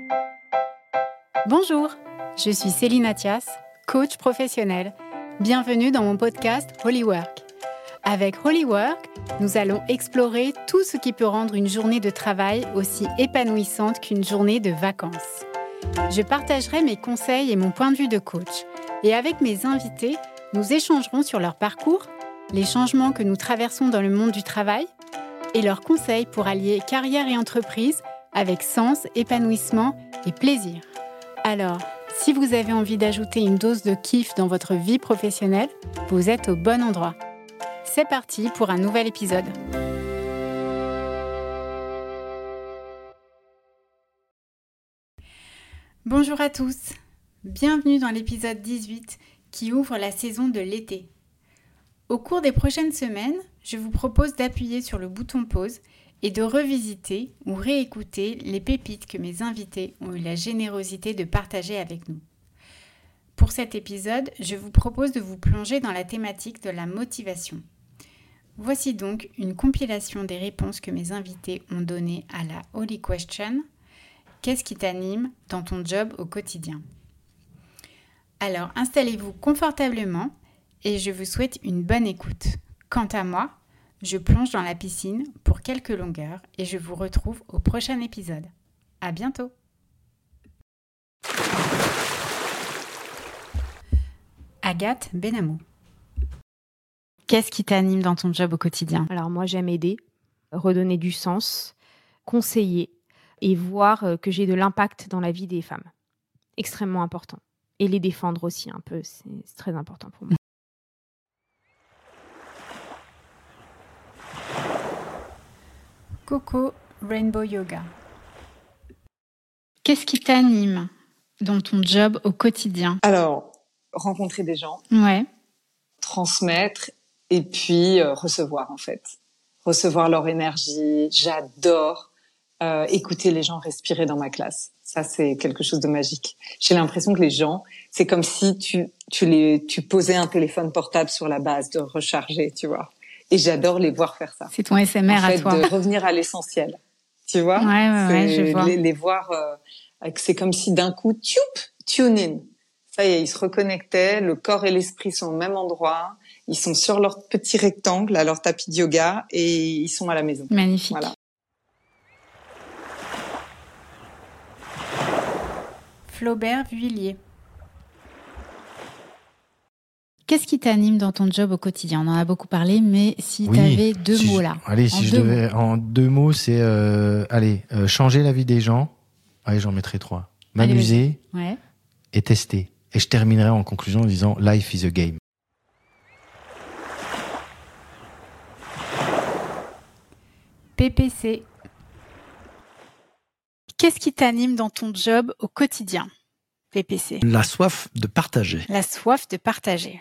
Bonjour, je suis Céline Athias, coach professionnelle. Bienvenue dans mon podcast Holy Work. Avec Holy Work, nous allons explorer tout ce qui peut rendre une journée de travail aussi épanouissante qu'une journée de vacances. Je partagerai mes conseils et mon point de vue de coach. Et avec mes invités, nous échangerons sur leur parcours, les changements que nous traversons dans le monde du travail et leurs conseils pour allier carrière et entreprise avec sens, épanouissement et plaisir. Alors, si vous avez envie d'ajouter une dose de kiff dans votre vie professionnelle, vous êtes au bon endroit. C'est parti pour un nouvel épisode. Bonjour à tous, bienvenue dans l'épisode 18 qui ouvre la saison de l'été. Au cours des prochaines semaines, je vous propose d'appuyer sur le bouton pause et de revisiter ou réécouter les pépites que mes invités ont eu la générosité de partager avec nous. Pour cet épisode, je vous propose de vous plonger dans la thématique de la motivation. Voici donc une compilation des réponses que mes invités ont données à la Holy Question. Qu'est-ce qui t'anime dans ton job au quotidien ? Alors, installez-vous confortablement et je vous souhaite une bonne écoute. Quant à moi, je plonge dans la piscine pour quelques longueurs et je vous retrouve au prochain épisode. À bientôt. Agathe Benamou. Qu'est-ce qui t'anime dans ton job au quotidien ? Alors moi, j'aime aider, redonner du sens, conseiller et voir que j'ai de l'impact dans la vie des femmes. Extrêmement important. Et les défendre aussi un peu, c'est très important pour moi. Coco Rainbow Yoga. Qu'est-ce qui t'anime dans ton job au quotidien ? Alors, rencontrer des gens, transmettre et puis recevoir en fait. Recevoir leur énergie. J'adore écouter les gens respirer dans ma classe. Ça, c'est quelque chose de magique. J'ai l'impression que les gens, c'est comme si tu posais un téléphone portable sur la base de recharger, tu vois. Et j'adore les voir faire ça. C'est ton SMR en fait, à toi. De revenir à l'essentiel, tu vois. Ouais, je vois. Les voir, c'est comme si d'un coup, tune in. Ça y est, ils se reconnectaient, le corps et l'esprit sont au même endroit, ils sont sur leur petit rectangle, à leur tapis de yoga, et ils sont à la maison. Magnifique. Voilà. Flaubert Vuillier. Qu'est-ce qui t'anime dans ton job au quotidien ? On en a beaucoup parlé, mais si tu avais deux mots là. En deux mots, c'est changer la vie des gens. Allez, j'en mettrai 3. M'amuser et tester. Et je terminerai en conclusion en disant « Life is a game ». PPC. Qu'est-ce qui t'anime dans ton job au quotidien ? PPC. La soif de partager. La soif de partager.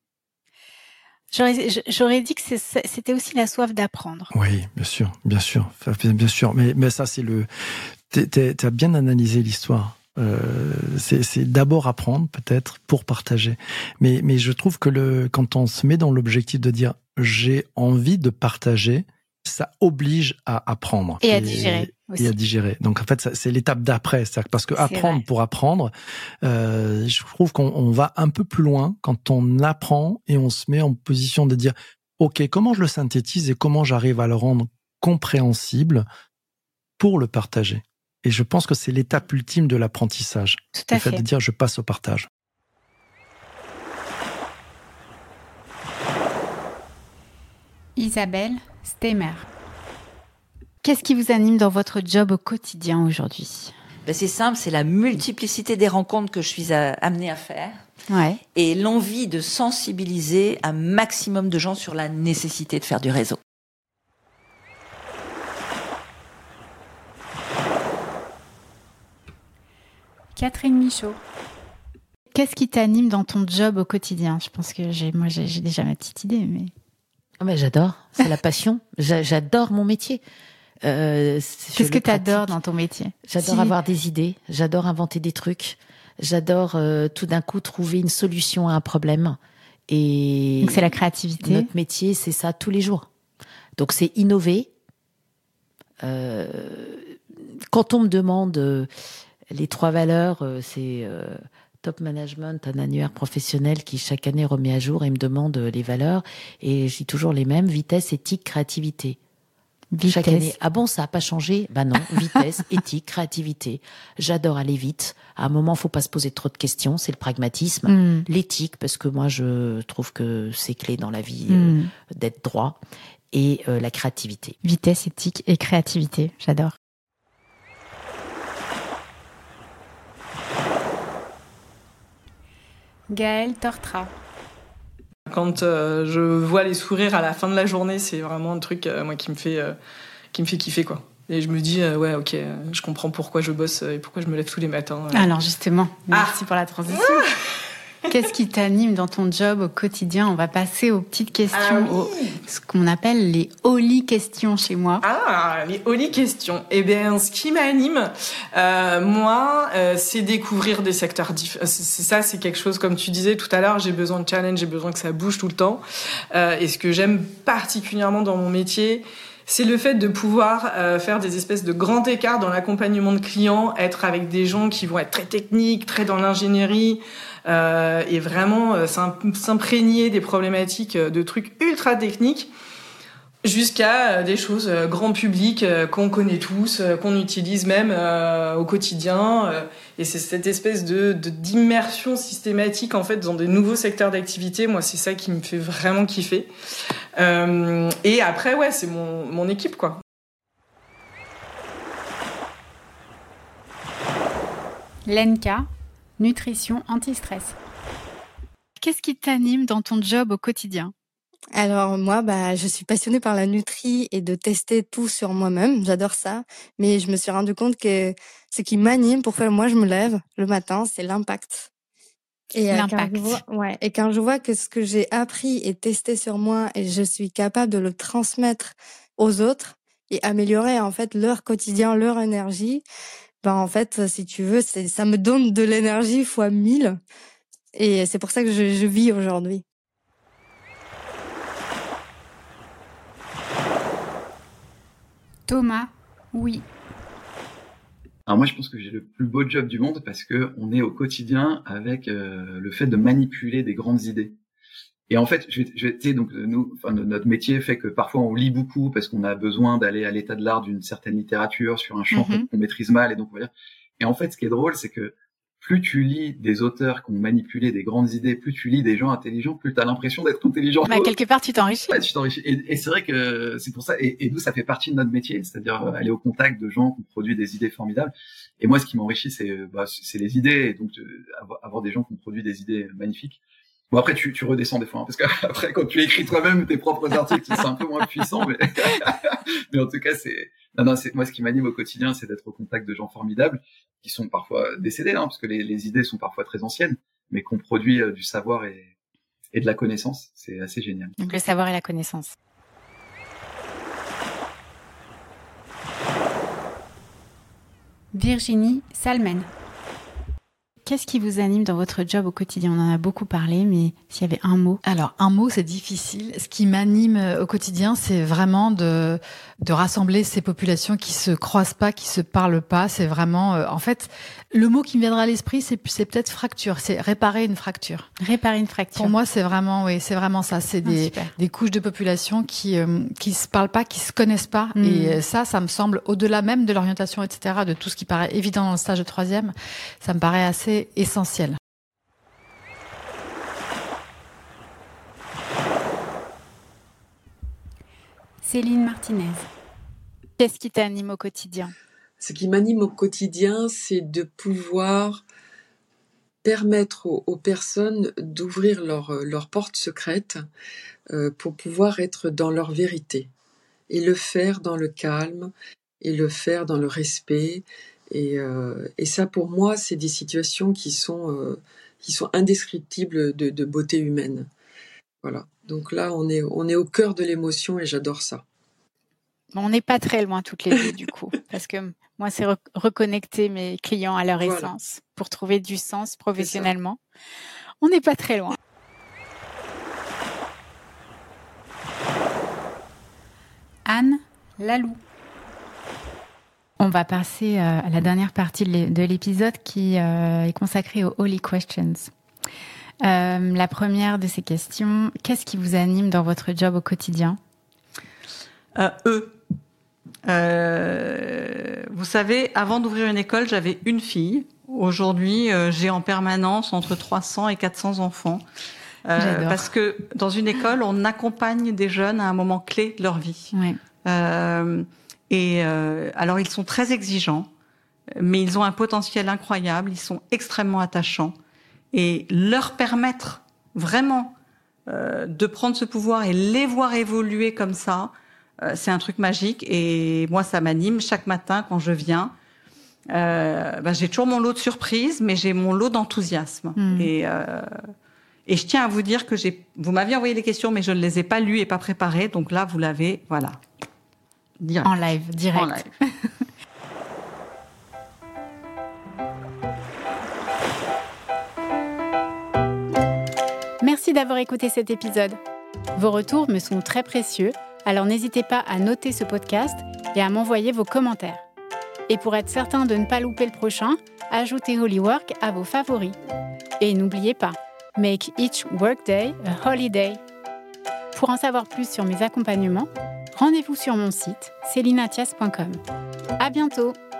J'aurais dit que c'était aussi la soif d'apprendre. Oui, bien sûr. Mais ça, c'est t'as bien analysé l'histoire. C'est d'abord apprendre, peut-être, pour partager. Mais je trouve que quand on se met dans l'objectif de dire j'ai envie de partager, ça oblige à apprendre. Et à digérer aussi. Et à digérer. Donc, en fait, c'est l'étape d'après. C'est-à-dire parce que apprendre pour apprendre, je trouve qu'on va un peu plus loin quand on apprend et on se met en position de dire OK, comment je le synthétise et comment j'arrive à le rendre compréhensible pour le partager. Et je pense que c'est l'étape ultime de l'apprentissage. Tout à fait. Le fait de dire je passe au partage. Isabelle Stemmer. Qu'est-ce qui vous anime dans votre job au quotidien aujourd'hui ? C'est simple, c'est la multiplicité des rencontres que je suis amenée à faire. Ouais. Et l'envie de sensibiliser un maximum de gens sur la nécessité de faire du réseau. Catherine Michaud. Qu'est-ce qui t'anime dans ton job au quotidien ? Je pense que j'ai déjà ma petite idée, mais... J'adore, c'est la passion. J'adore mon métier. Qu'est-ce que tu adores dans ton métier ? J'adore avoir des idées, j'adore inventer des trucs, j'adore tout d'un coup trouver une solution à un problème. Et donc c'est la créativité. Notre métier, c'est ça tous les jours. Donc c'est innover. Quand on me demande Les 3 valeurs, c'est top management, un annuaire professionnel qui chaque année remet à jour et me demande les valeurs. Et je dis toujours les mêmes, vitesse, éthique, créativité. Chaque année. Ah bon, ça n'a pas changé? Bah non, vitesse, éthique, créativité. J'adore aller vite. À un moment, faut pas se poser trop de questions, c'est le pragmatisme. L'éthique, parce que moi, je trouve que c'est clé dans la vie d'être droit. Et la créativité. Vitesse, éthique et créativité, j'adore. Gaëlle Tortra. Quand je vois les sourires à la fin de la journée, c'est vraiment un truc moi qui me fait kiffer, quoi. Et je me dis ouais, ok, je comprends pourquoi je bosse et pourquoi je me lève tous les matins. Alors justement, merci pour la transition. Qu'est-ce qui t'anime dans ton job au quotidien? On va passer aux petites questions, ce qu'on appelle les Oli questions chez moi. Les Oli questions. Eh bien, ce qui m'anime, moi, c'est découvrir des secteurs différents. C'est quelque chose, comme tu disais tout à l'heure, j'ai besoin de challenge, j'ai besoin que ça bouge tout le temps. Et ce que j'aime particulièrement dans mon métier, c'est le fait de pouvoir faire des espèces de grands écarts dans l'accompagnement de clients, être avec des gens qui vont être très techniques, très dans l'ingénierie, et vraiment s'imprégner des problématiques de trucs ultra techniques, jusqu'à des choses grand public qu'on connaît tous, qu'on utilise même au quotidien. Et c'est cette espèce d'immersion systématique en fait dans des nouveaux secteurs d'activité. Moi, c'est ça qui me fait vraiment kiffer. Et après, ouais, c'est mon équipe, quoi. Lenka, nutrition anti-stress. Qu'est-ce qui t'anime dans ton job au quotidien? Alors moi, je suis passionnée par la nutri et de tester tout sur moi-même. J'adore ça. Mais je me suis rendu compte que ce qui m'anime pour faire moi je me lève le matin, c'est l'impact. Et quand je vois que ce que j'ai appris et testé sur moi et je suis capable de le transmettre aux autres et améliorer en fait leur quotidien, leur énergie, en fait, si tu veux, ça me donne de l'énergie fois 1000. Et c'est pour ça que je vis aujourd'hui. Thomas, oui. Alors moi, je pense que j'ai le plus beau job du monde parce que on est au quotidien avec le fait de manipuler des grandes idées. Et en fait, donc notre métier fait que parfois on lit beaucoup parce qu'on a besoin d'aller à l'état de l'art d'une certaine littérature sur un champ qu'on maîtrise mal, et donc on va dire. Et en fait, ce qui est drôle, c'est que plus tu lis des auteurs qui ont manipulé des grandes idées, plus tu lis des gens intelligents, plus tu as l'impression d'être intelligent. Quelque part, tu t'enrichis. Ouais, tu t'enrichis. Et c'est vrai que c'est pour ça. Et nous, ça fait partie de notre métier, c'est-à-dire aller au contact de gens qui ont produit des idées formidables. Et moi, ce qui m'enrichit, c'est les idées, et donc avoir des gens qui ont produit des idées magnifiques. Bon, après, tu redescends des fois, parce qu'après, quand tu écris toi-même tes propres articles, c'est un peu moins puissant, mais en tout cas, c'est moi, ce qui m'anime au quotidien, c'est d'être au contact de gens formidables, qui sont parfois décédés, parce que les idées sont parfois très anciennes, mais qu'on produit du savoir et de la connaissance. C'est assez génial. Donc, le savoir et la connaissance. Virginie Salmen. Qu'est-ce qui vous anime dans votre job au quotidien? On en a beaucoup parlé, mais s'il y avait un mot. Alors, un mot, c'est difficile. Ce qui m'anime au quotidien, c'est vraiment de rassembler ces populations qui se croisent pas, qui se parlent pas. C'est vraiment, en fait, le mot qui me viendra à l'esprit, c'est peut-être fracture. C'est réparer une fracture. Réparer une fracture. Pour moi, c'est vraiment ça. C'est des couches de population qui se parlent pas, qui se connaissent pas. Et ça me semble, au-delà même de l'orientation, etc., de tout ce qui paraît évident dans le stage de 3e, ça me paraît assez essentiel. Céline Martinez. Qu'est-ce qui t'anime au quotidien? Ce qui m'anime au quotidien, c'est de pouvoir permettre aux personnes d'ouvrir leur porte secrète pour pouvoir être dans leur vérité. Et le faire dans le calme, et le faire dans le respect. Et ça, pour moi, c'est des situations qui sont indescriptibles de beauté humaine. Voilà. Donc là, on est au cœur de l'émotion et j'adore ça. On n'est pas très loin toutes les deux, du coup. Parce que moi, c'est reconnecter mes clients à leur essence pour trouver du sens professionnellement. On n'est pas très loin. Anne Lalou. On va passer à la dernière partie de l'épisode qui est consacrée aux Holy Questions. La première de ces questions, qu'est-ce qui vous anime dans votre job au quotidien ? Vous savez, avant d'ouvrir une école, j'avais une fille. Aujourd'hui, j'ai en permanence entre 300 et 400 enfants. Parce que dans une école, on accompagne des jeunes à un moment clé de leur vie. Ouais. Alors, ils sont très exigeants, mais ils ont un potentiel incroyable. Ils sont extrêmement attachants. Et leur permettre vraiment de prendre ce pouvoir et les voir évoluer comme ça, c'est un truc magique. Et moi, ça m'anime chaque matin quand je viens. J'ai toujours mon lot de surprises, mais j'ai mon lot d'enthousiasme. Et je tiens à vous dire que vous m'aviez envoyé les questions, mais je ne les ai pas lues et pas préparées. Donc là, vous l'avez, voilà. Direct. En live, direct. En live. Merci d'avoir écouté cet épisode. Vos retours me sont très précieux, alors n'hésitez pas à noter ce podcast et à m'envoyer vos commentaires. Et pour être certain de ne pas louper le prochain, ajoutez Holywork à vos favoris. Et n'oubliez pas, make each workday a holiday. Pour en savoir plus sur mes accompagnements, rendez-vous sur mon site celinatias.com. À bientôt!